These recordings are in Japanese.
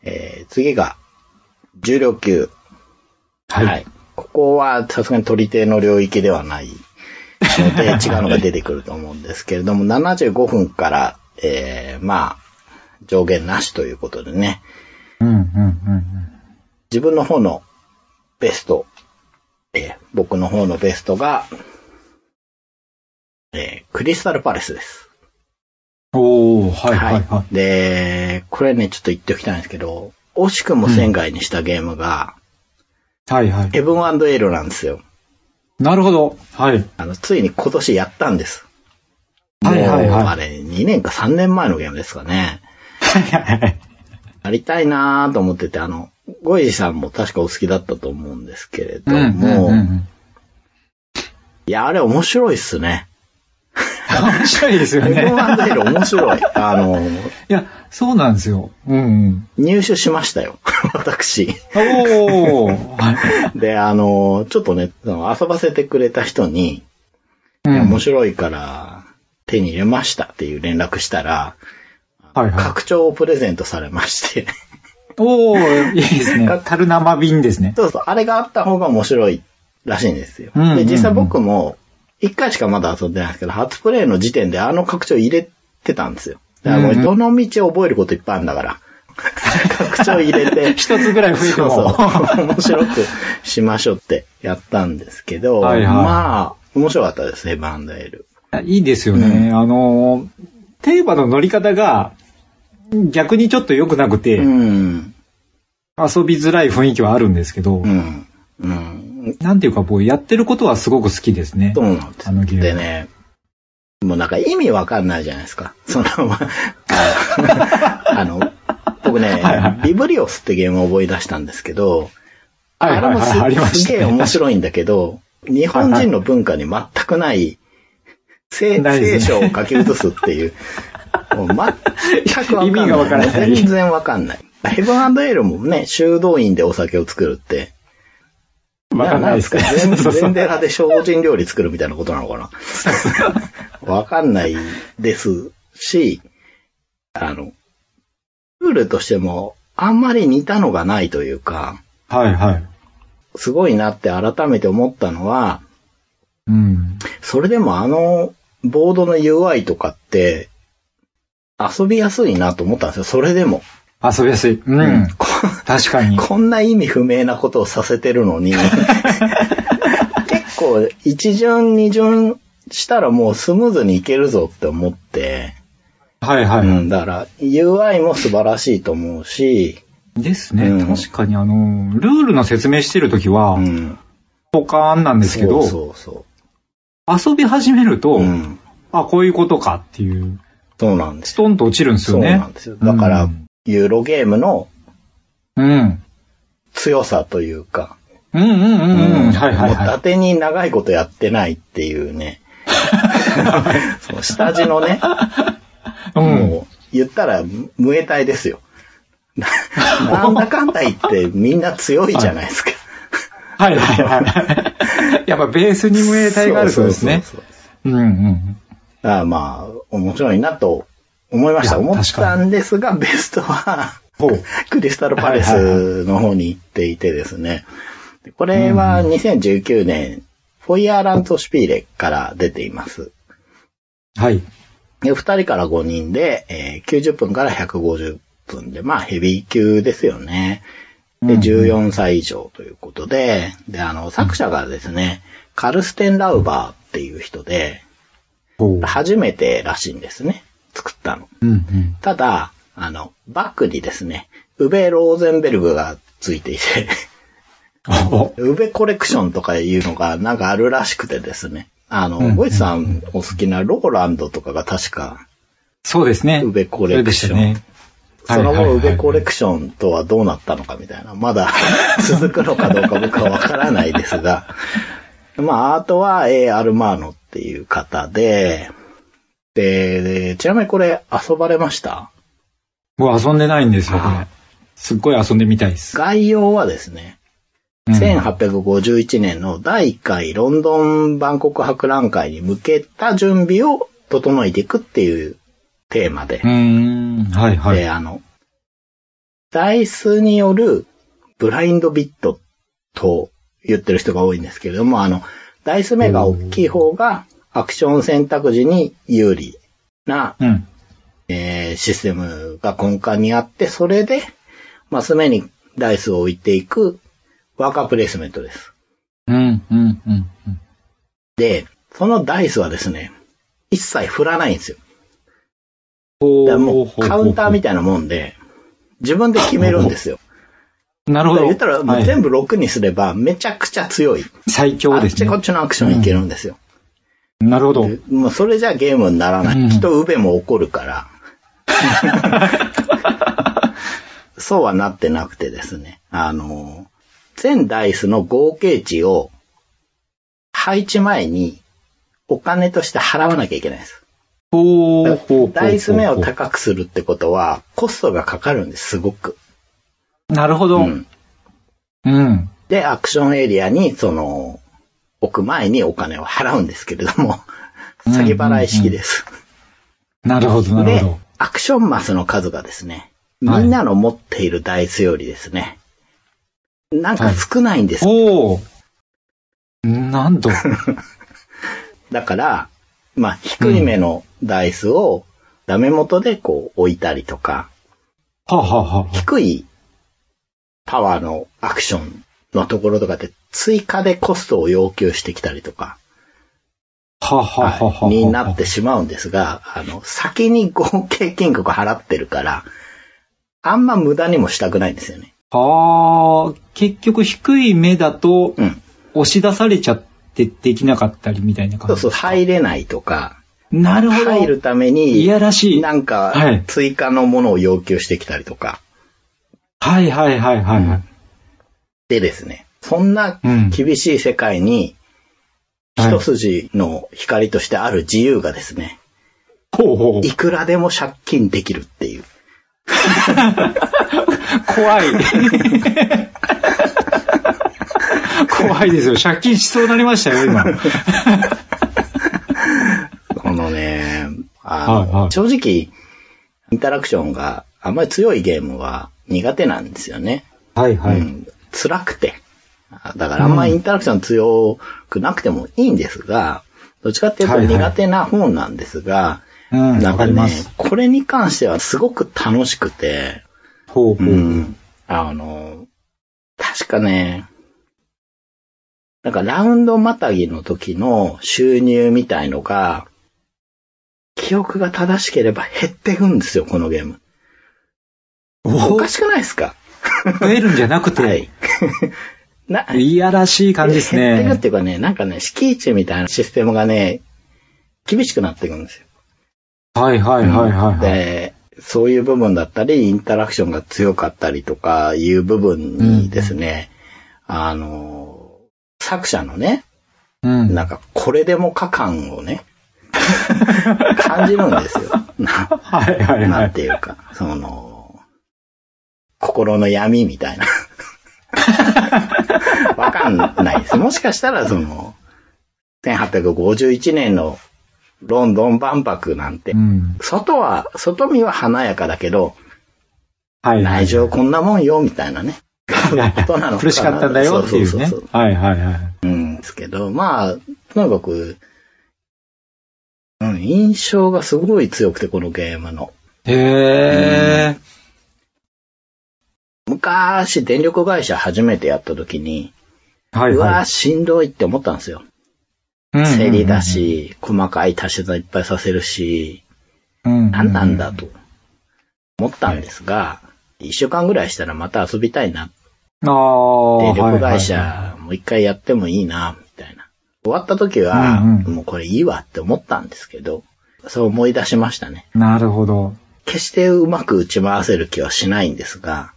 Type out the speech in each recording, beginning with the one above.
次が、重量級。 はい。 はい。ここはさすがに取り手の領域ではないので、違うのが出てくると思うんですけれども、75分から、まあ、上限なしということでね。自分の方のベスト、僕の方のベストが、クリスタルパレスです。 おー、はいはいはい。 で、これね、ちょっと言っておきたいんですけど、惜しくも仙外にしたゲームが、 はいはい。 ヘブン&エールなんですよ。 なるほど。はい。 ついに今年やったんです。 はいはいはい。 もうあれ、2年か3年前のゲームですかね。 はいはいはい。 やりたいなーと思ってて、ゴイジさんも確かお好きだったと思うんですけれども、いや、あれ面白いっすね。 面白いですよね。 ヘブン&エール面白い。いや、そうなんですよ。 入手しましたよ。私。 おー。 で、ちょっとね、遊ばせてくれた人に、面白いから手に入れましたっていう連絡したら、はいはい、拡張をプレゼントされまして。 おー、いいですね。樽生瓶ですね。 そうそう、あれがあった方が面白いらしいんですよ。で、実際僕も、1回しかまだ遊んでないんですけど、初プレイの時点で拡張入れてたんですよ。だからもうどの道覚えることいっぱいあるんだから。拡張入れて。 一つぐらい増えても。 そう面白くしましょうってやったんですけど、はいはい、まあ、面白かったですね、バンダエル。 いいですよね。テーマの乗り方が逆にちょっと良くなくて、遊びづらい雰囲気はあるんですけど、なんていうか、やってることはすごく好きですね。 そうなんです。でね、もうなんか意味わかんないじゃないですか。僕ね、はいはい、ビブリオスってゲームを覚え出したんですけど、あれもすげえ面白いんだけど、日本人の文化に全くない聖書を書き写すっていう、もう全くわかんない。意味がわからない。全然わかんない。ヘブン&エールもね、修道院でお酒を作るって、 わかんないですか。 全寺で精進料理作るみたいなことなのかな。わかんないですし、ルールとしてもあんまり似たのがないというか、 はいはい。 すごいなって改めて思ったのは、それでもボードの UI とかって遊びやすいなと思ったんですよ。それでも。 遊びやすい。確かに。 こんな意味不明なことをさせてるのに、結構一巡二巡したらもうスムーズにいけるぞって思って、 はいはい。 だから UI も素晴らしいと思うし、 ですね。確かにルールの説明してるときは、ポカーンなんですけど、遊び始めると、こういうことかっていう。 そうなんです。 ストンと落ちるんですよね。 そうなんですよ。だから、ユーロゲームの強さというか、伊達に長いことやってないっていうね、その下地のね、もう言ったらムエタイですよ。なんだかんだ言ってみんな強いじゃないですか。 はいはいはい。やっぱベースにムエタイがあるそうですね。 まあ、面白いなと思いました。思ったんですが、ベストは、クリスタルパレスの方に行っていてですね。これは2019年、フォイヤーランドシュピーレから出ています。 はい。 2人から5人で、90分から150分で、まあヘビー級ですよね。で、14歳以上ということで、作者がですね、カルステン・ラウバーっていう人で、初めてらしいんですね。作ったの。ただ、バックにですね、ウベ・ローゼンベルグがついていて、ウベコレクションとかいうのがなんかあるらしくてですね。ゴイツさんお好きなローランドとかが確か、 そうですね。 ウベコレクション。その後、ウベコレクションとはどうなったのかみたいな。まだ続くのかどうか僕はわからないですが。まあ、アートはアルマーノっていう方で、ちなみにこれ遊ばれました？ もう遊んでないんですよ、これ。すっごい遊んでみたいです。 概要はですね、1851年の第1回ロンドン万国博覧会に向けた準備を整えていくっていうテーマで。 はいはい。 で、 ダイスによるブラインドビットと言ってる人が多いんですけれども、ダイス目が大きい方がアクション選択時に有利な、システムが根幹にあって、それで、マス目にダイスを置いていくワーカープレイスメントです。で、そのダイスはですね、一切振らないんですよ。だからもうカウンターみたいなもんで、自分で決めるんですよ。 なるほど。 言ったらもう全部6にすればめちゃくちゃ強い。 最強ですね。 あっちこっちのアクションいけるんですよ。 なるほど。 もうそれじゃゲームにならない。きっとウベも怒るから。そうはなってなくてですね。全ダイスの合計値を配置前にお金として払わなきゃいけないです。ダイス目を高くするってことはコストがかかるんです、すごく。 なるほど。 で、アクションエリアに置く前にお金を払うんですけれども、先払い式です。 なるほど、なるほど。 で、アクションマスの数がですね、みんなの持っているダイスよりですね、なんか少ないんです。 なんと。 だから、低い目のダイスをダメ元で置いたりとか、低いパワーのアクションのところとかで追加でコストを要求してきたりとか、になってしまうんですが、先に合計金額払ってるから、あんま無駄にもしたくないんですよね。 結局低い目だと、押し出されちゃってできなかったりみたいな感じですか？ そう、入れないとか、 なるほど。 入るために、 いやらしい。 なんか、追加のものを要求してきたりとか。でですね、そんな厳しい世界に、一筋の光としてある自由がですね、いくらでも借金できるっていう。 怖い。怖いですよ。借金しそうになりましたよ、今。 このね、正直、インタラクションがあんまり強いゲームは苦手なんですよね。辛くて。だからあんまりインタラクション強くなくてもいいんですが、どっちかっていうと苦手な方なんですが、なんかね、これに関してはすごく楽しくて、確かね、なんかラウンドまたぎの時の収入みたいのが、記憶が正しければ減っていくんですよ、このゲーム。おかしくないですか？ 増えるんじゃなくて。いやらしい感じですね。 減っていくっていうかね、なんかね、敷地みたいなシステムがね、厳しくなっていくんですよ。で、そういう部分だったり、インタラクションが強かったりとかいう部分にですね、作者のね、なんかこれでもか感をね、感じるんですよ。なんていうか、心の闇みたいな。わかんないです。もしかしたら1851年のロンドン万博なんて、外見は華やかだけど、内情こんなもんよ、みたいなね。ことなのかな。 苦しかったんだよっていうね。 ですけど、とにかく、印象がすごい強くて、このゲームの。昔、電力会社初めてやった時に、うわーしんどいって思ったんですよ。競りだし、細かい足し算いっぱいさせるし、何なんだと思ったんですが、1週間ぐらいしたらまた遊びたいな。電力会社もう一回やってもいいな、みたいな。終わった時は、もうこれいいわって思ったんですけど、そう思い出しましたね。 なるほど。 決してうまく打ち回せる気はしないんですが、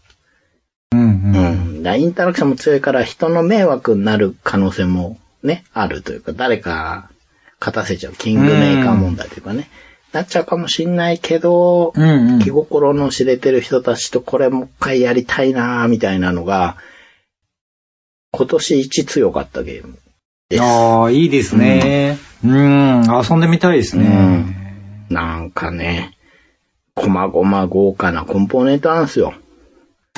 インタラクションも強いから人の迷惑になる可能性もね、あるというか、誰か勝たせちゃうキングメーカー問題というかね、なっちゃうかもしんないけど、気心の知れてる人たちとこれもう一回やりたいなみたいなのが、今年一強かったゲームです。 いいですね。遊んでみたいですね。 なんかね、細々豪華なコンポーネントなんですよ。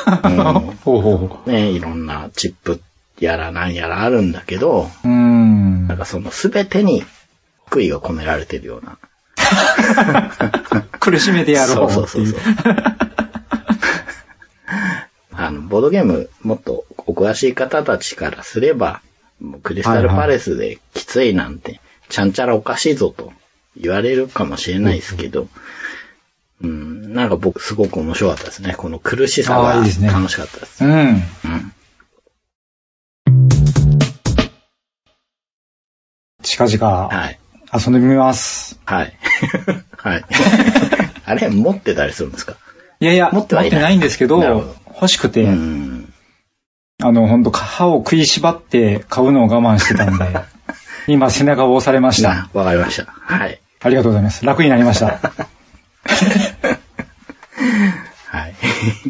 ほうほうほう。 ね、いろんなチップやらなんやらあるんだけど、なんかそのすべてに悔いが込められてるような。 苦しめてやろう。 そう。ボードゲームもっとお詳しい方たちからすれば、もうクリスタルパレスできついなんて、ちゃんちゃらおかしいぞと言われるかもしれないですけど、なんか僕すごく面白かったですね。この苦しさが楽しかったです。 近々、遊んでみます。 はい。はい。あれ、持ってたりするんですか？ いや、持ってないんですけど、欲しくて、ほんと歯を食いしばって買うのを我慢してたんで、今背中を押されました。 わかりました。はい。 ありがとうございます。楽になりました。 はい。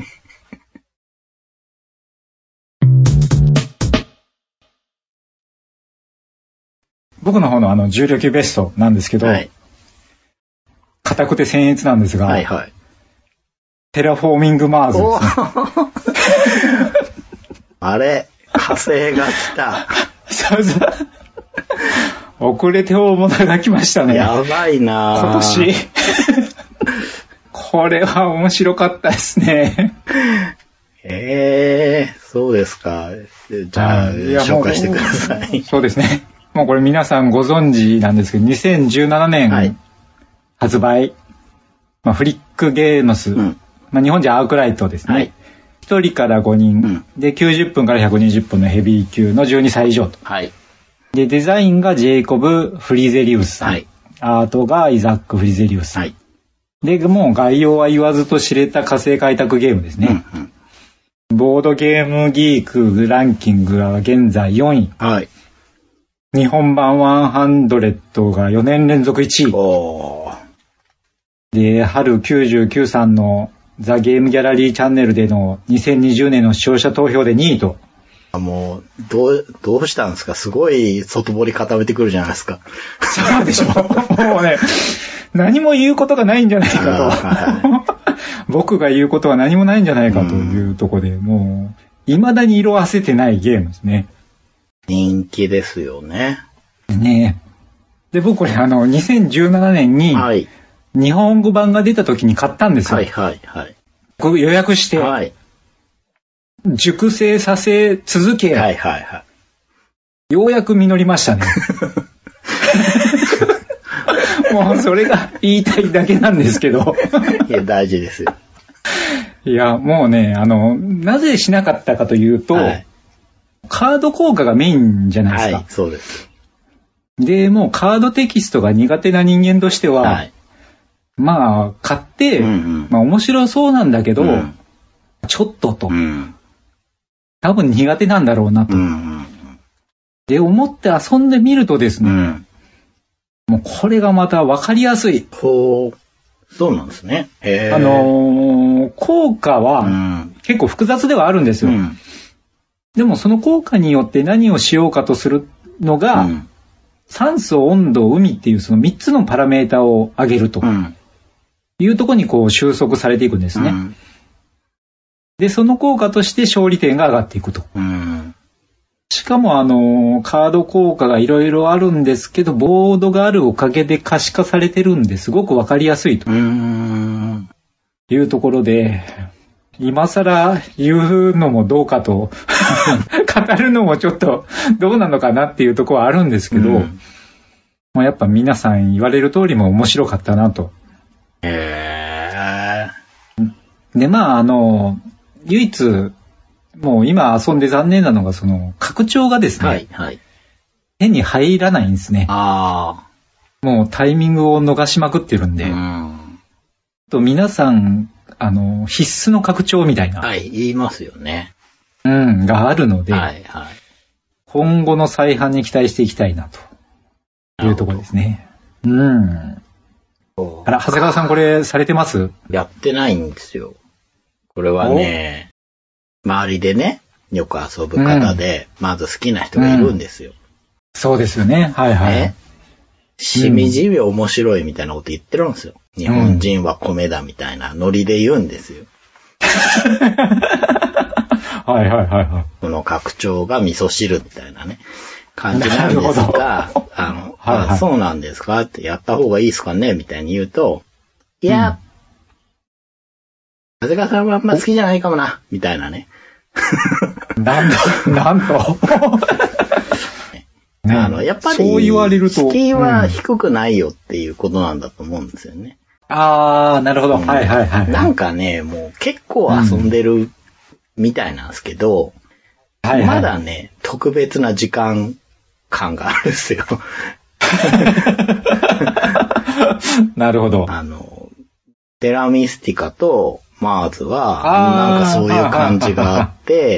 僕の方の重量級ベストなんですけど、硬くて僭越なんですが、テラフォーミングマーズですね。 あれ、火星が来た。 そう。遅れて大物が来ましたね。 やばいな今年。これは面白かったですね。 そうですか。じゃあ、紹介してください。 そうですね。もうこれ皆さんご存知なんですけど、2017年発売、フリックゲームス、日本じゃアークライトですね。1人から5人、で90分から120分のヘビー級の12歳以上と。で、デザインがジェイコブ・フリゼリウスさん。アートがイザック・フリゼリウスさん。で、もう概要は言わずと知れた火星開拓ゲームですね。ボードゲームギークランキングは現在4位。日本版100が4年連続1位。で、春99さんのザ・ゲームギャラリーチャンネルでの2020年の視聴者投票で2位と。 もう、どうしたんですか？すごい外堀固めてくるじゃないですか。 そうでしょ。もうね、何も言うことがないんじゃないかと。僕が言うことは何もないんじゃないかというところで、もう、未だに色あせてないゲームですね。 人気ですよね。 ねえ。で、僕これ2017年に、日本語版が出た時に買ったんですよ。僕予約して、熟成させ続け、ようやく実りましたね。もうそれが言いたいだけなんですけど。 いや、大事ですよ。 いや、もうね、なぜしなかったかというと、カード効果がメインじゃないですか。 そうです。 で、もうカードテキストが苦手な人間としては、まあ、買って、面白そうなんだけど、ちょっとと。多分苦手なんだろうなと。で、思って遊んでみるとですね、もうこれがまた分かりやすい。 そうなんですね。 効果は結構複雑ではあるんですよ。でもその効果によって何をしようかとするのが、酸素、温度、海っていうその3つのパラメータを上げるというところにこう収束されていくんですね。で、その効果として勝利点が上がっていくと。しかもカード効果がいろいろあるんですけど、ボードがあるおかげで可視化されてるんですごくわかりやすいというところで、今更言うのもどうかと語るのもちょっとどうなのかなっていうところはあるんですけど、やっぱ皆さん言われる通りも面白かったなと。で、唯一もう今遊んで残念なのがその拡張がですね、手に入らないんですね。もうタイミングを逃しまくってるんで、と皆さん必須の拡張みたいな、 言いますよね。 があるので、今後の再販に期待していきたいなというところですね。あら、長谷川さんこれされてます？ やってないんですよ。これはね、周りでね、よく遊ぶ方で、まず好きな人がいるんですよ。 そうですよね。 しみじみ面白いみたいなこと言ってるんですよ。日本人は米だみたいなノリで言うんですよ。 はいはいはいはい。 この拡張が味噌汁みたいなね、感じなんですが、はいはい、そうなんですかってやった方がいいですかねみたいに言うと、いや、長谷川さんはあんま好きじゃないかもな、みたいなね。 なんと。 やっぱり、 そう言われると敷居は低くないよっていうことなんだと思うんですよね。 あー、なるほど。はいはいはい。 なんかね、もう結構遊んでるみたいなんですけど、まだね、特別な時間感があるんですよ。 なるほど。 テラミスティカとマーズは、なんかそういう感じがあって、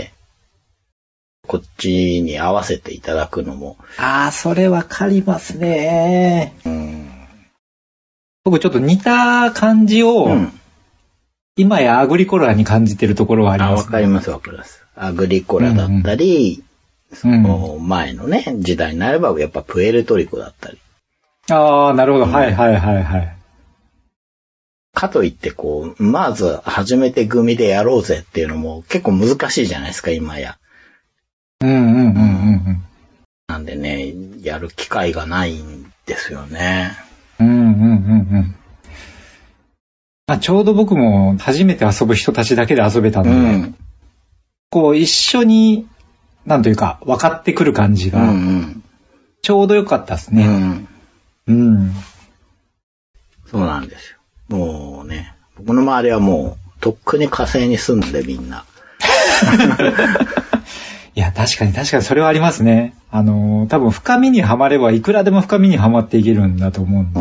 こっちに合わせていただくのも。 それわかりますね。僕ちょっと似た感じを、今やアグリコラに感じてるところはありますね。 わかりますわかります。アグリコラだったり、その前のね、時代になればやっぱプエルトリコだったり。 なるほど。はいはいはいはい。 かといってまず初めて組でやろうぜっていうのも結構難しいじゃないですか、今や。なんでね、やる機会がないんですよね。 ちょうど僕も初めて遊ぶ人たちだけで遊べたので、一緒に、なんというか、分かってくる感じが、ちょうど良かったですね。 そうなんですよ。もうね、僕の周りはもう、とっくに火星に住んでみんな。 いや、確かにそれはありますね。多分深みにはまればいくらでも深みにはまっていけるんだと思うんで。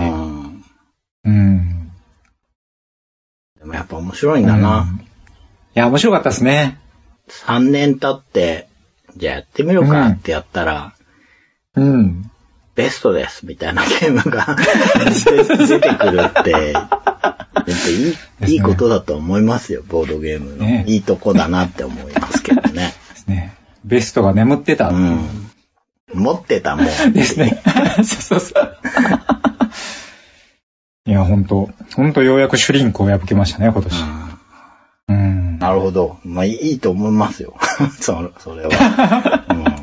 でもやっぱ面白いんだな。 いや、面白かったですね。 3年経って、じゃあやってみろかってやったら、ベストですみたいなゲームが出てくるって、いいことだと思いますよ、ボードゲームの。いいとこだなって思いますけどね。 ベストが眠ってた。 持ってたもん。 ですね。そう。いや、ほんとようやくシュリンクを破けましたね、今年。 なるほど。まあ、いいと思いますよ。それは。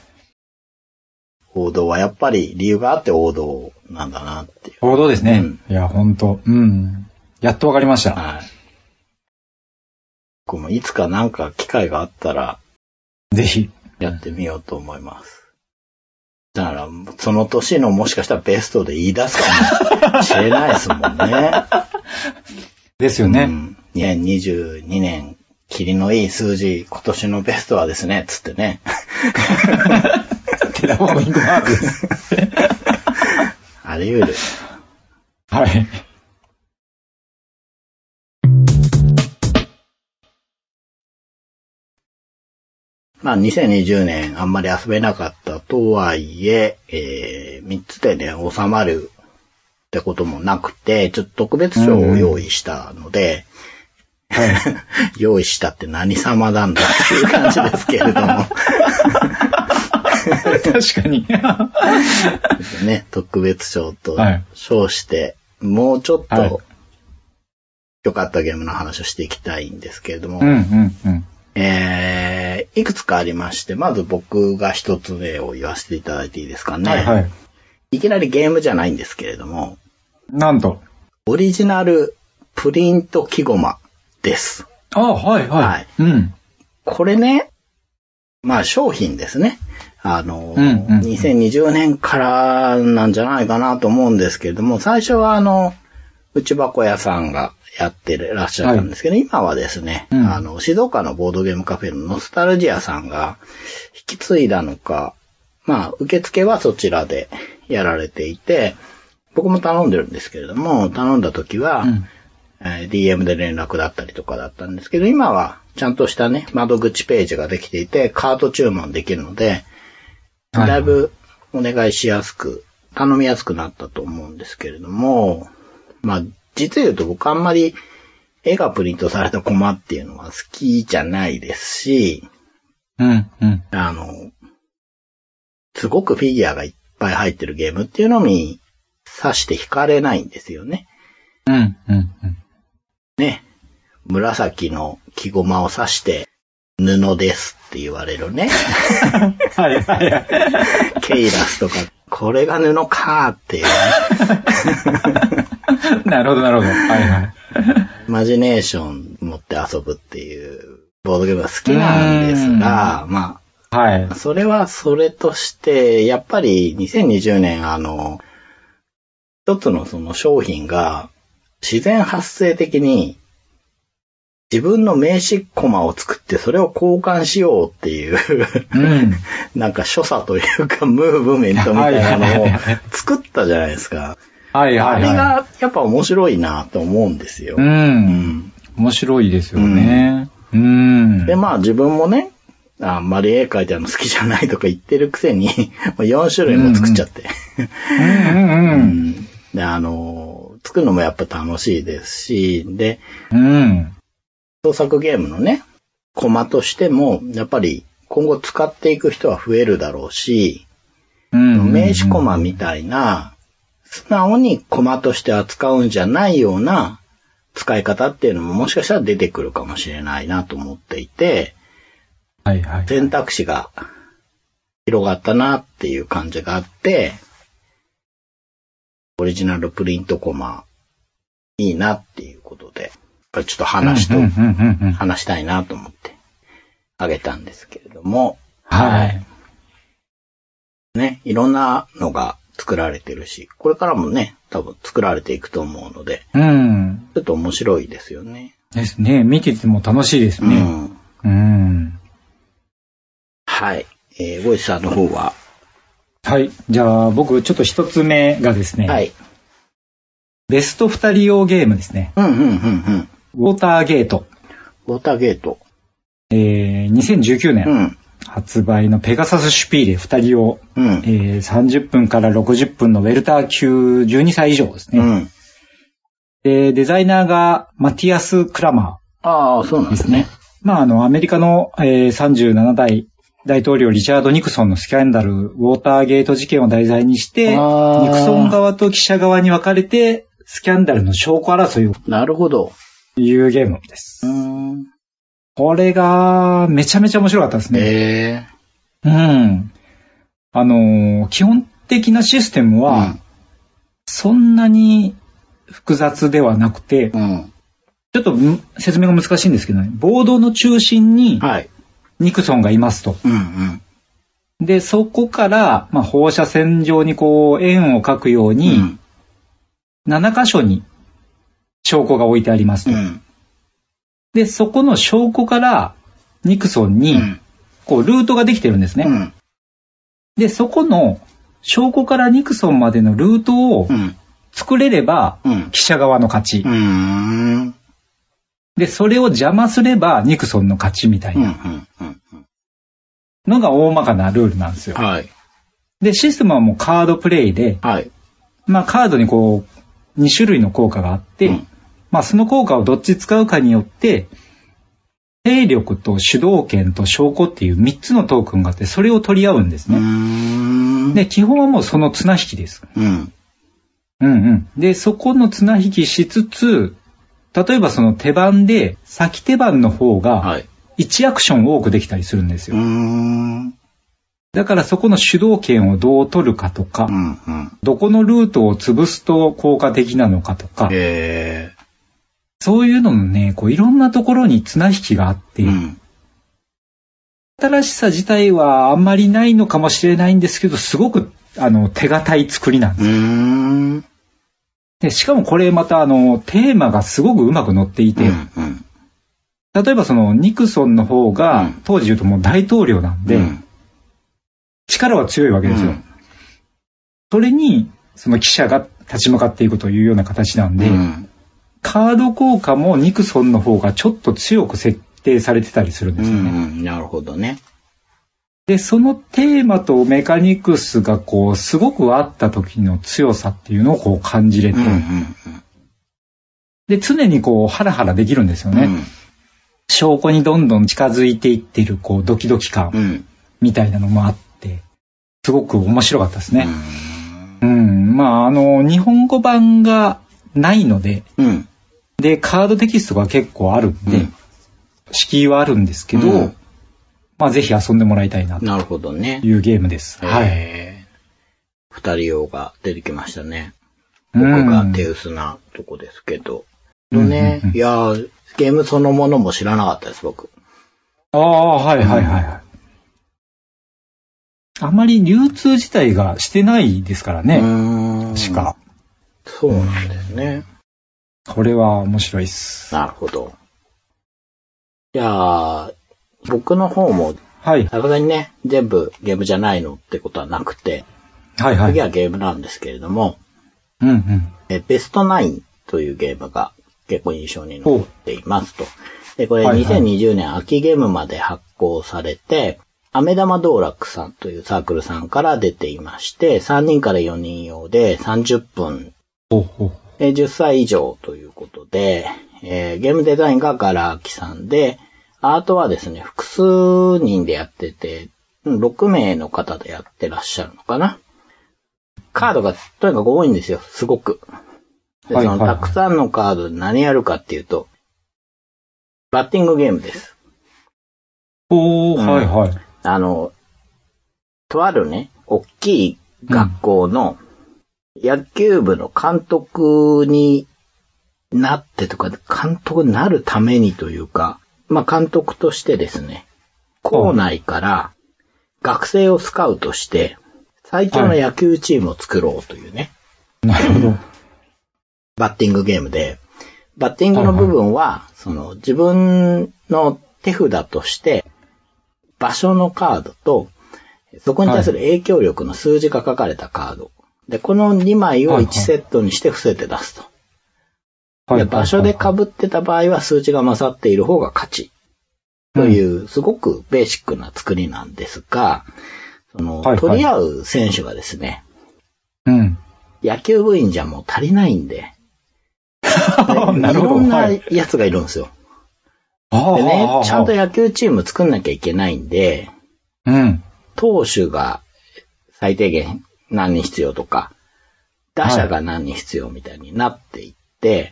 王道はやっぱり理由があって王道なんだなっていう。 王道ですね。いや、ほんと。やっとわかりました。 はい。僕もいつかなんか機会があったら、 ぜひ。 やってみようと思います。だから、その年のもしかしたらベストで言い出すかもしれないですもんね。 ですよね。 2022年、霧のいい数字、今年のベストはですね、つってね。 テラフォーミングマークです。 あり得る。 はい。 まあ2020年あんまり遊べなかったとはいえ、3つでね、収まるってこともなくて、ちょっと特別賞を用意したので、用意したって何様なんだっていう感じですけれども。 確かに。 ね、特別賞と称して、もうちょっと良かったゲームの話をしていきたいんですけれども、いくつかありまして、まず僕が一つ目を言わせていただいていいですかね。いきなりゲームじゃないんですけれども、 なんとオリジナルプリント木駒です。これね、まあ商品ですね。2020年からなんじゃないかなと思うんですけれども、最初は内箱屋さんがやってらっしゃったんですけど、今はですね、静岡のボードゲームカフェのノスタルジアさんが引き継いだのか、まあ、受付はそちらでやられていて、僕も頼んでるんですけれども、頼んだ時は、DM で連絡だったりとかだったんですけど、今はちゃんとしたね、窓口ページができていて、カート注文できるので、だいぶお願いしやすく、頼みやすくなったと思うんですけれども、まあ、実言うと僕あんまり絵がプリントされたコマっていうのは好きじゃないですし、すごくフィギュアがいっぱい入ってるゲームっていうのに刺して惹かれないんですよね。ね。紫の木駒を刺して、 布ですって言われるね。 はいはいはい。 ケイラスとか、これが布かーっていう、ね。 なるほどなるほど。はいはい。 イマジネーション持って遊ぶっていうボードゲームが好きなんですが、まあ、はい。それはそれとして、やっぱり2020年一つのその商品が自然発生的に自分の名刺コマを作ってそれを交換しようっていう、なんか所作というかムーブメントみたいなのを作ったじゃないですか。はいはいはい。あれがやっぱ面白いなと思うんですよ。 面白いですよね。 で、まあ自分もね、あんまり絵描いて好きじゃないとか言ってるくせに、4種類も作っちゃって。で、作るのもやっぱ楽しいですし、で、創作ゲームのね、コマとしても、やっぱり今後使っていく人は増えるだろうし、名刺コマみたいな、素直にコマとして扱うんじゃないような使い方っていうのももしかしたら出てくるかもしれないなと思っていて、はいはい、選択肢が広がったなっていう感じがあって、オリジナルプリントコマいいなっていうことで、ちょっと話したいなと思ってあげたんですけれども、はい。ね、いろんなのが作られてるし、これからもね、多分作られていくと思うので、ちょっと面白いですよね。 ですね。見てても楽しいですね。 はい。ゴイスさんの方は、 はい。じゃあ僕ちょっと一つ目がですね、はい。ベスト2人用ゲームですね。ウォーターゲート。 ウォーターゲート。 2019年。発売のペガサスシュピーレ2人用、30分から60分のウェルター級12歳以上ですね。でデザイナーがマティアス・クラマー。 ああ、そうなんですね。 まあ、アメリカの、37代大統領リチャード・ニクソンのスキャンダル、ウォーターゲート事件を題材にして、ニクソン側と記者側に分かれて、スキャンダルの証拠争いを。 なるほど。 いうゲームです。これが、めちゃめちゃ面白かったですね。基本的なシステムは、そんなに複雑ではなくて、ちょっと説明が難しいんですけどね、ボードの中心に、ニクソンがいますと。で、そこから、放射線上にこう、円を描くように、7箇所に証拠が置いてありますと。で、そこの証拠からニクソンに、こう、ルートができてるんですね。で、そこの証拠からニクソンまでのルートを作れれば、記者側の勝ち。で、それを邪魔すればニクソンの勝ちみたいなのが大まかなルールなんですよ。で、システムはもうカードプレイで、カードにこう、2種類の効果があって、その効果をどっち使うかによって、勢力と主導権と証拠っていう3つのトークンがあって、それを取り合うんですね。で、基本はもうその綱引きです。で、そこの綱引きしつつ、例えばその手番で、先手番の方が、1アクション多くできたりするんですよ。だからそこの主導権をどう取るかとか、どこのルートを潰すと効果的なのかとか、そういうのもね、こういろんなところに綱引きがあって、新しさ自体はあんまりないのかもしれないんですけど、すごく手堅い作りなんですよ。で、しかもこれまたテーマがすごくうまく乗っていて、例えばそのニクソンの方が、当時言うともう大統領なんで、力は強いわけですよ。それに、その記者が立ち向かっていくというような形なんで、カード効果もニクソンの方がちょっと強く設定されてたりするんですよね。 なるほどね。 で、そのテーマとメカニクスがこう、すごく合った時の強さっていうのをこう感じれて、で、常にこう、ハラハラできるんですよね。証拠にどんどん近づいていっている、こう、ドキドキ感みたいなのもあって、すごく面白かったですね。日本語版がないので、で、カードテキストが結構あるんで、敷居はあるんですけど、 まあぜひ遊んでもらいたいなとなるほどね。 いうゲームです。はい。 二人用が出てきましたね。僕が手薄なとこですけど。いやー、ゲームそのものも知らなかったです、僕。 ああ、はいはいはい。あまり流通自体がしてないですからね。しか。 そうなんですね。 これは面白いっす。 なるほど。じゃあ、僕の方も、はい。さすがにね、全部ゲームじゃないのってことはなくて、はいはい。次はゲームなんですけれども、ベストナインというゲームが結構印象に残っていますと。で、これ2020年秋ゲームまで発行されて、飴玉道楽さんというサークルさんから出ていまして、3人から4人用で30分、10歳以上ということで、ゲームデザインがガラアキさんで、アートはですね、複数人でやってて、6名の方でやってらっしゃるのかな。カードがとにかく多いんですよ、すごく。で、そのたくさんのカードで何やるかっていうと、バッティングゲームです。 はいはい。 とあるね、大きい学校の野球部の監督になってとか、監督になるためにというか、まあ監督としてですね、校内から学生をスカウトして、最強の野球チームを作ろうというね。 なるほど。 バッティングゲームで、バッティングの部分は、その自分の手札として、場所のカードと、そこに対する影響力の数字が書かれたカード。で、この2枚を1セットにして伏せて出すと。で、場所で被ってた場合は数値が勝っている方が勝ち。という、すごくベーシックな作りなんですが、取り合う選手がですね、野球部員じゃもう足りないんで、いろんなやつがいるんですよ。でね、ちゃんと野球チーム作んなきゃいけないんで、投手が最低限何人必要とか、打者が何人必要みたいになっていって、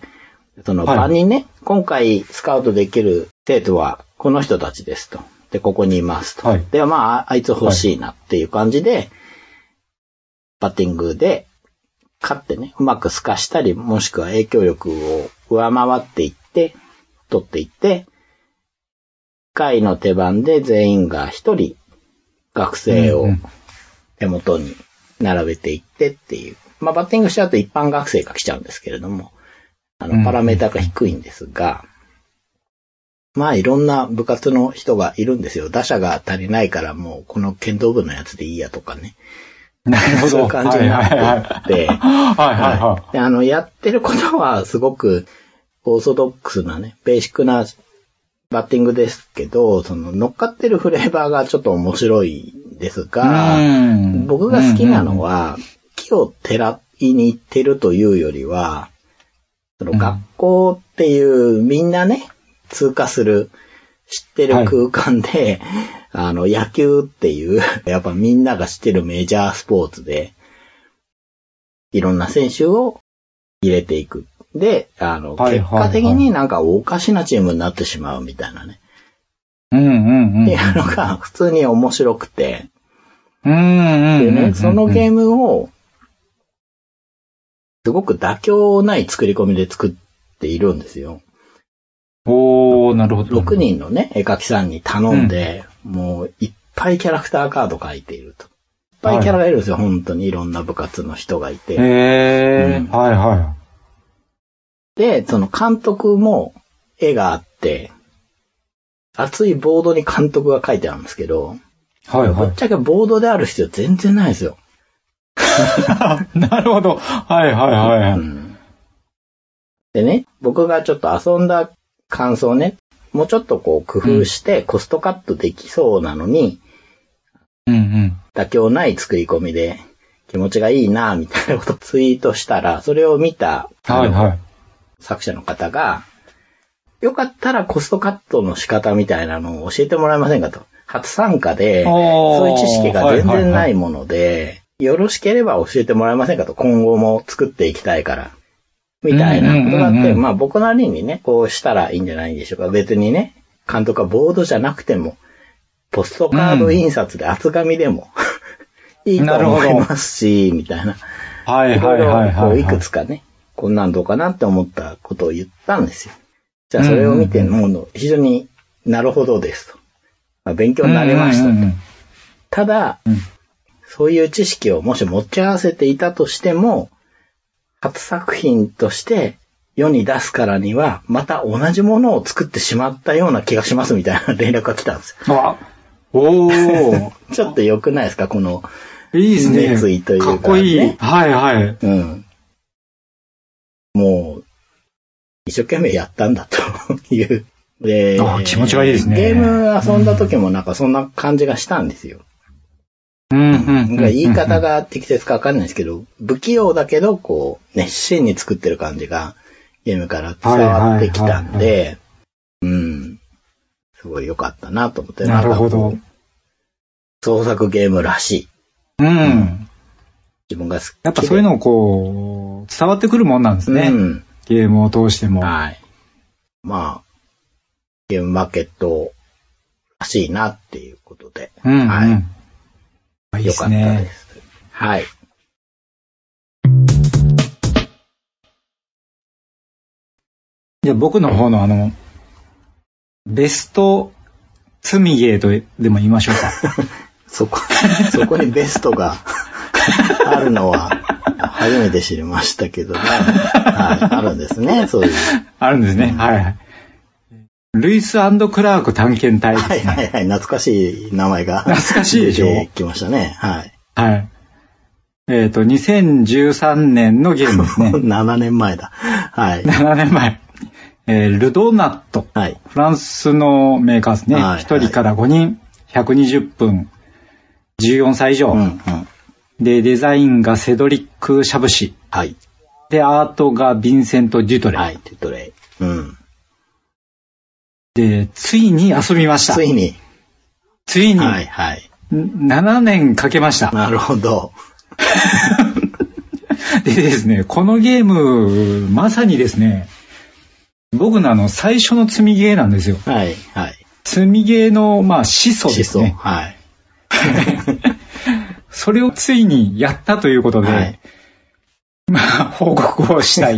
その場にね、今回スカウトできる生徒はこの人たちですと。で、ここにいますと。で、まあ、あいつ欲しいなっていう感じで、バッティングで勝ってね、うまく透かしたり、もしくは影響力を上回っていって、取っていって、回の手番で全員が一人学生を手元に並べていってっていう。まあ、バッティングしちゃうと一般学生が来ちゃうんですけれども、パラメータが低いんですが、まあいろんな部活の人がいるんですよ。打者が足りないからもうこの剣道部のやつでいいやとかね。 なるほど。 そういう感じになっていって、やってることはすごくオーソドックスなね、ベーシックなバッティングですけど、その乗っかってるフレーバーがちょっと面白いんですが、僕が好きなのは、木をてらいに行ってるというよりは、その学校っていうみんなね、通過する、知ってる空間で、野球っていう、やっぱみんなが知ってるメジャースポーツで、いろんな選手を入れていく。で、結果的になんかおかしなチームになってしまうみたいなね。っていうのが普通に面白くて。でね、そのゲームを、すごく妥協ない作り込みで作っているんですよ。 なるほど。 6人のね、絵描きさんに頼んで、もういっぱいキャラクターカード描いていると。いっぱいキャラがいるんですよ、本当にいろんな部活の人がいて。で、その監督も絵があって、厚いボードに監督が書いてあるんですけど、ぶっちゃけボードである必要全然ないですよ。 なるほど。 でね、僕がちょっと遊んだ感想ね、もうちょっとこう工夫してコストカットできそうなのに、妥協ない作り込みで気持ちがいいなみたいなことをツイートしたら、それを見た、作者の方が、よかったらコストカットの仕方みたいなのを教えてもらえませんかと。初参加で、そういう知識が全然ないもので、よろしければ教えてもらえませんかと。今後も作っていきたいから。みたいなことがあって、まあ僕なりにね、こうしたらいいんじゃないでしょうか。別にね、監督はボードじゃなくてもポストカード印刷で厚紙でもいいと思いますし、みたいな。 はいはいはいはい。 いくつかね、こんなんどうかなって思ったことを言ったんですよ。じゃあそれを見て非常になるほどですと。まあ、勉強になりましたと。ただ、そういう知識をもし持ち合わせていたとしても、初作品として世に出すからには、また同じものを作ってしまったような気がしますみたいな連絡が来たんですよ。 おー。 ちょっと良くないですかこの、 いいですね。 熱意というか、ね。 かっこいい。はいはい。 うん。もう、一生懸命やったんだという。で、 気持ちがいいですね。 ゲーム遊んだ時もなんかそんな感じがしたんですよ。言い方が適切かわかんないですけど、不器用だけど、こう、熱心に作ってる感じがゲームから伝わってきたんで、すごい良かったなと思って。 なるほど。 創作ゲームらしい。自分が好きで。 やっぱそういうのをこう、伝わってくるもんなんですね。ゲームを通しても。 はい。まあ、ゲームマーケットらしいなっていうことで。はい。良かったです。はい。 じゃあ僕の方のベスト積みゲーとでも言いましょうか。 そこにベストがあるのは初めて知りましたけどね。はい、あるんですね、そういう。 あるんですね。はいはい。ルイス&クラーク探検隊ですね。 はいはいはい、懐かしい名前が。 懐かしいでしょ。 出てきましたね。はい。 はい。2013年のゲームですね。 7年前だ。はい。 7年前。ルドナット。 はい。 フランスのメーカーですね。はい、1人から5人、120分、14歳以上。で、デザインがセドリック・シャブシ。 はい。 で、アートがヴィンセント・デュトレイ。 はい、デュトレイ。 で、ついに遊びました。 ついに。 はいはい。7年かけました。 なるほど。 でですね、このゲーム、まさにですね、僕の最初の積みゲーなんですよ。 はいはい。 積みゲーの、始祖ですね。 はい。 それをついにやったということで、はい、報告をしたい。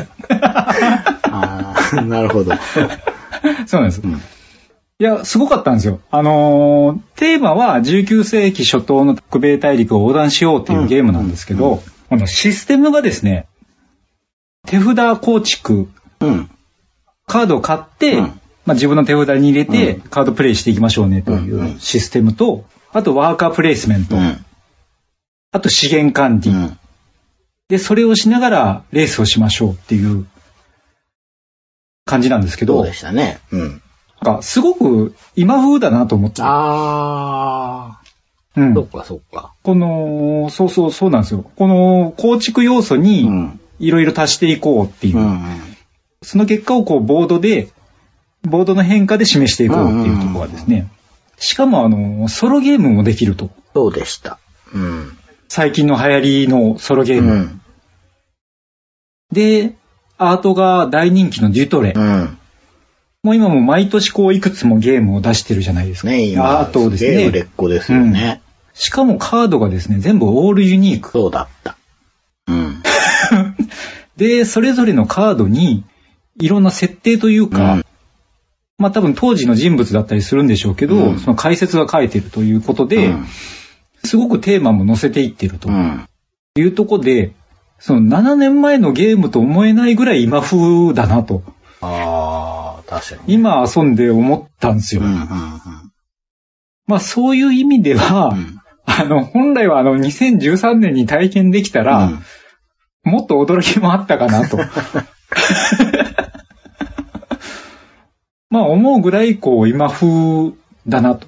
なるほど。 そうなんです。いや、すごかったんですよ。テーマは19世紀初頭の北米大陸を横断しようっていうゲームなんですけど、システムがですね、手札構築、カードを買って、自分の手札に入れて、カードプレイしていきましょうねというシステムと、あとワーカープレイスメント、あと資源管理、で、それをしながらレースをしましょうっていう感じなんですけど、 そうでしたね。 すごく今風だなと思って。 そっかそっか。 そうなんですよ。この構築要素にいろいろ足していこうっていう。その結果をボードの変化で示していこうっていうところがですね。しかもソロゲームもできると。 そうでした。 最近の流行りのソロゲーム。で、アートが大人気のデュトレ。もう今も毎年いくつもゲームを出してるじゃないですか。 ね、今。 アートですね。 ゲーム売れっ子ですよね。 しかもカードがですね、全部オールユニーク。 そうだった。 で、それぞれのカードにいろんな設定というか、多分当時の人物だったりするんでしょうけど、その解説が書いてるということで、すごくテーマも載せていってるというところで、その7年前のゲームと思えないぐらい今風だなと。 確かに。 今遊んで思ったんですよ。そういう意味では、本来は2013年に体験できたら、もっと驚きもあったかなと。思うぐらい今風だなと。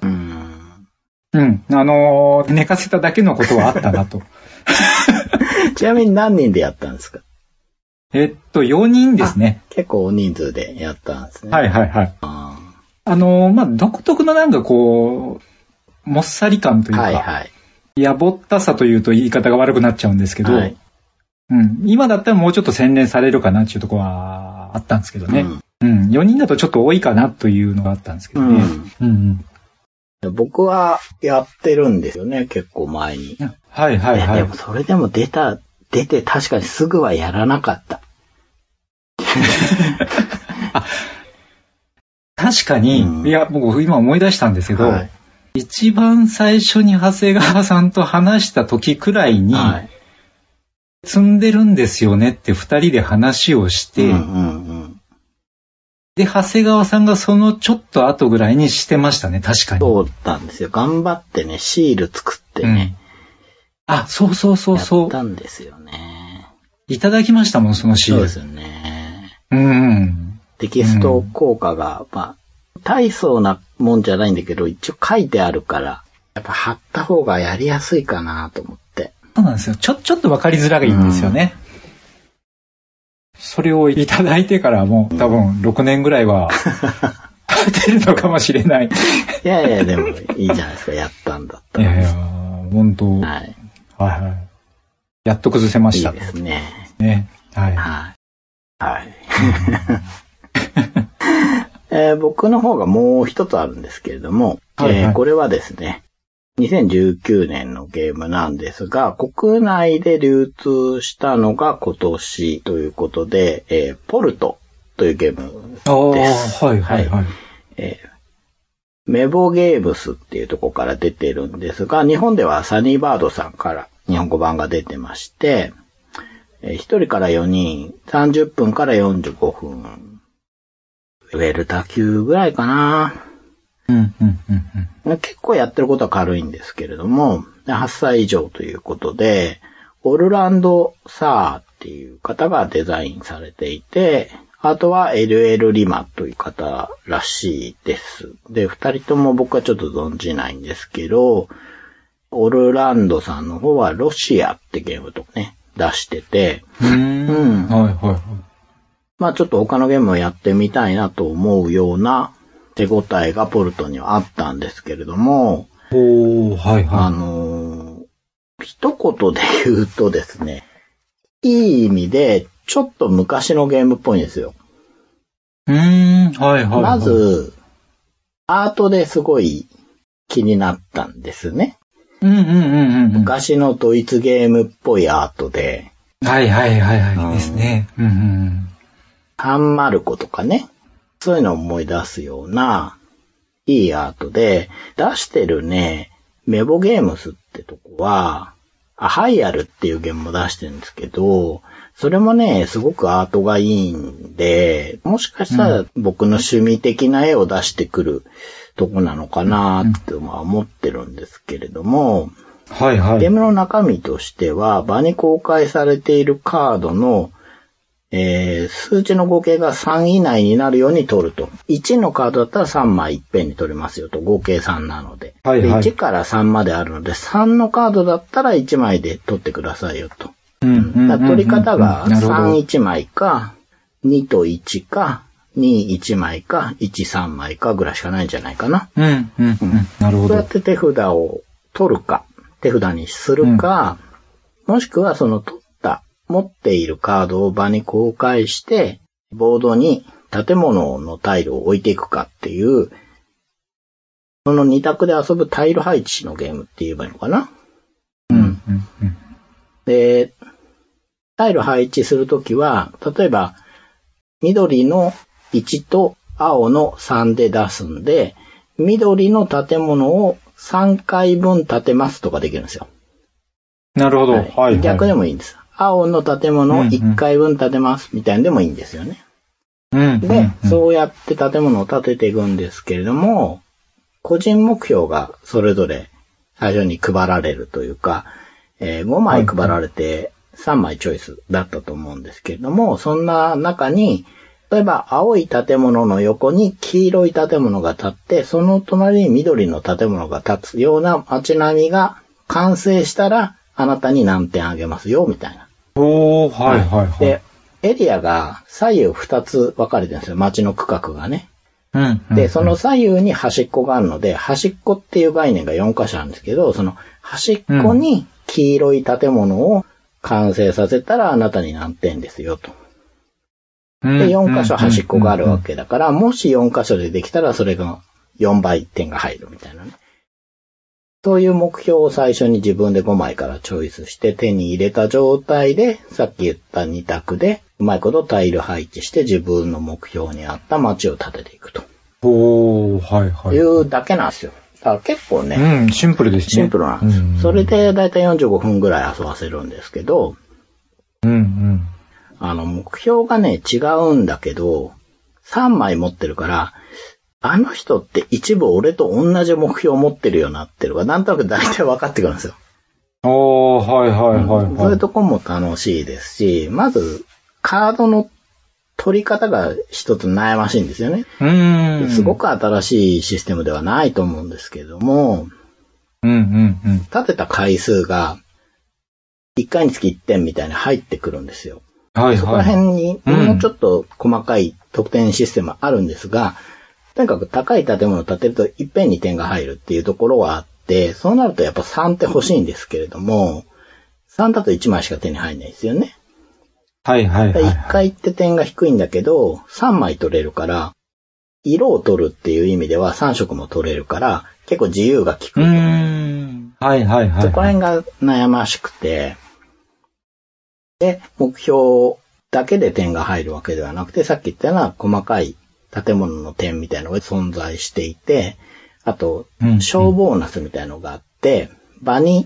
寝かせただけのことはあったなと。 ちなみに何人でやったんですか ？4人ですね。 結構大人数でやったんですね。 はいはいはい。独特のもっさり感というか、やぼったさというと言い方が悪くなっちゃうんですけど、今だったらもうちょっと洗練されるかなっていうところはあったんですけどね。4人だとちょっと多いかなというのがあったんですけどね。 僕はやってるんですよね、結構前に。 はいはいはい。 でもそれでも出て確かにすぐはやらなかった。 確かに、いや、僕今思い出したんですけど、はい、一番最初に長谷川さんと話した時くらいに、はい、積んでるんですよねって二人で話をして、で、長谷川さんがそのちょっと後ぐらいにしてましたね、確かに。 そうなんですよ。頑張ってね、シール作ってね。 そうそうそうそう。 やったんですよね。 いただきましたもん、そのシール。 そうですよね。 うんテキスト効果が、大層なもんじゃないんだけど、一応書いてあるから、やっぱ貼った方がやりやすいかなと思って。 そうなんですよ。ちょっとわかりづらいんですよね。それをいただいてからもう多分6年ぐらいは出るのかもしれない。 いや、でもいいじゃないですか、やったんだったら。 いや、本当。はい。はいはい。やっと崩せました。 いいですね。 ね。はい。 はい。僕の方がもう一つあるんですけれども、これはですね、2019年のゲームなんですが、国内で流通したのが今年ということで、ポルトというゲームです。 はい。 メボゲームスっていうところから出てるんですが、日本ではサニーバードさんから日本語版が出てまして、1人から4人、30分から45分。ウェルタ級ぐらいかな。結構やってることは軽いんですけれども、8歳以上ということで、オルランド・サーっていう方がデザインされていて、あとは LL リマという方らしいです。で、2人とも僕はちょっと存じないんですけど、オルランドさんの方はロシアってゲームとね、出してて、ちょっと他のゲームをやってみたいなと思うような手応えがポルトにはあったんですけれども、一言で言うとですね、いい意味でちょっと昔のゲームっぽいんですよ。まず、アートですごい気になったんですね。昔のドイツゲームっぽいアートで。 ですね。 サンマルコとかね。そういうのを思い出すような、いいアートで、出してるね、メボゲームスってとこは、ハイアルっていうゲームも出してるんですけど、それもね、すごくアートがいいんで、もしかしたら僕の趣味的な絵を出してくるとこなのかなって思ってるんですけれども、ゲームの中身としては、場に公開されているカードの数値の合計が3以内になるように取ると。1のカードだったら3枚いっぺんに取れますよと。合計3なので。1から3まであるので、3のカードだったら1枚で取ってくださいよと。取り方が3、1枚か、2と1か、2、1枚か、1、3枚かぐらいしかないんじゃないかな。 なるほど。 そうやって手札を取るか、手札にするか、もしくはその持っているカードを場に公開して、ボードに建物のタイルを置いていくかっていう、その2択で遊ぶタイル配置のゲームって言えばいいのかな。で、タイル配置するときは、例えば、緑の1と青の3で出すんで、緑の建物を3回分建てますとかできるんですよ。 なるほど。 逆でもいいんです。青の建物を1回分建てますみたいなのでもいいんですよね。で、そうやって建物を建てていくんですけれども、個人目標がそれぞれ最初に配られるというか、5枚配られて3枚チョイスだったと思うんですけれども、そんな中に、例えば青い建物の横に黄色い建物が建って、その隣に緑の建物が建つような街並みが完成したら、あなたに何点あげますよ、みたいな。で、エリアが左右2つ分かれてるんですよ、街の区画がね。で、その左右に端っこがあるので、端っこっていう概念が4箇所あるんですけど、その端っこに黄色い建物を完成させたらあなたに何点ですよ、と。で、4箇所端っこがあるわけだから、もし4箇所でできたらそれが4倍点が入るみたいなね。 そういう目標を最初に自分で5枚からチョイスして手に入れた状態で、さっき言った2択で、うまいことタイル配置して自分の目標に合った街を建てていくと。 はいはい。 いうだけなんですよ。だから結構ね。 うん、シンプルですね。 シンプルなんです。それでだいたい45分ぐらい遊ばせるんですけど、目標がね、違うんだけど、3枚持ってるから、あの人って一部俺と同じ目標を持ってるようになってるから、なんとなく大体分かってくるんですよ。そういうとこも楽しいですし、まず、カードの取り方が一つ悩ましいんですよね。すごく新しいシステムではないと思うんですけれども、立てた回数が1回につき1点みたいに入ってくるんですよ。そこら辺にもうちょっと細かい得点システムあるんですが、とにかく高い建物を建てるといっぺんに点が入るっていうところはあって、そうなるとやっぱ3って欲しいんですけれども、3だと1枚しか手に入んないですよね。1回って点が低いんだけど、3枚取れるから、色を取るっていう意味では3色も取れるから、結構自由が利くと。そこら辺が悩ましくて、で、目標だけで点が入るわけではなくて、さっき言ったような細かい建物の点みたいなのが存在していて、あと、小ボーナスみたいなのがあって、場に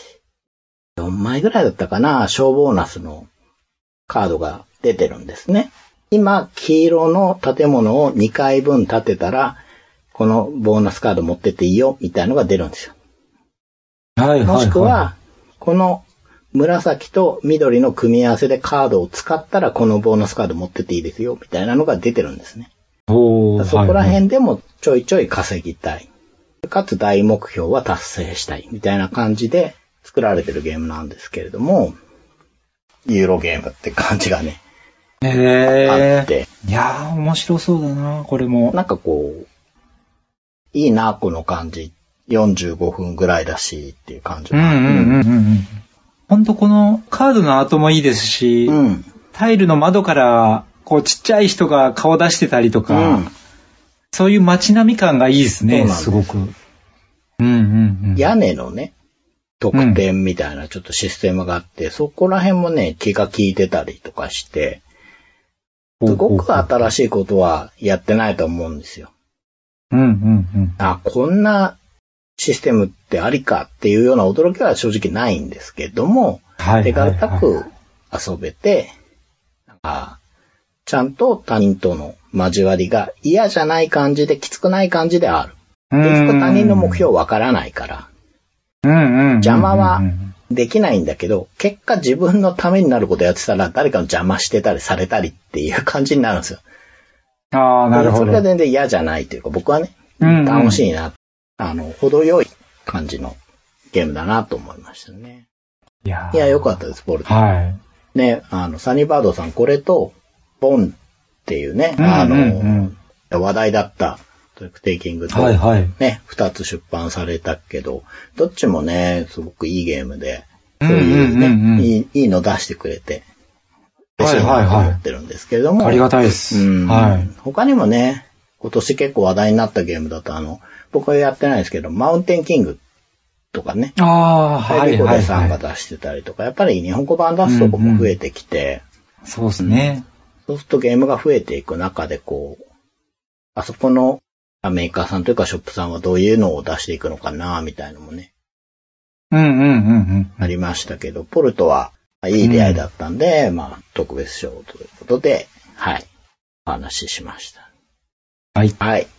4枚ぐらいだったかな、小ボーナスのカードが出てるんですね。今、黄色の建物を2回分建てたら、このボーナスカード持ってっていいよ、みたいなのが出るんですよ。もしくは、この紫と緑の組み合わせでカードを使ったら、このボーナスカード持ってっていいですよ、みたいなのが出てるんですね。そこら辺でもちょいちょい稼ぎたい。かつ大目標は達成したい。みたいな感じで作られてるゲームなんですけれども、ユーロゲームって感じがね、あって。 いやー、面白そうだな、これも。 なんかこう、いいな、この感じ。45分ぐらいだし、っていう感じ。 ほんとこのカードのアートもいいですし、タイルの窓からこうちっちゃい人が顔出してたりとか、そういう街並み感がいいですね、すごく。 屋根のね、得点みたいなちょっとシステムがあって、そこら辺もね、気が利いてたりとかして、すごく新しいことはやってないと思うんですよ。あ、こんなシステムってありかっていうような驚きは正直ないんですけども、手軽たく遊べて、ちゃんと他人との交わりが嫌じゃない感じできつくない感じである。結局他人の目標わからないから、邪魔はできないんだけど、結果自分のためになることやってたら誰かの邪魔してたりされたりっていう感じになるんですよ。 なるほど。 それが全然嫌じゃないというか、僕はね、楽しいな、程よい感じのゲームだなと思いましたね。いや、良かったです、ポルト。ね、サニーバードさん、これと、ボンっていうね、話題だったトリックテイキングと、ね、2つ出版されたけど、どっちもね、すごくいいゲームで、そういうね、いいの出してくれて、嬉しいなと思ってるんですけれども、 ありがたいです。 他にもね、今年結構話題になったゲームだと、僕はやってないですけど、マウンテンキングとかね、リコデさんが出してたりとか、やっぱり日本語版出すとこも増えてきて、 そうですね。 そうするとゲームが増えていく中でこう、あそこのメーカーさんというかショップさんはどういうのを出していくのかな、みたいなのもね。ありましたけど、ポルトはいい出会いだったんで、特別賞ということで、お話ししました。はい。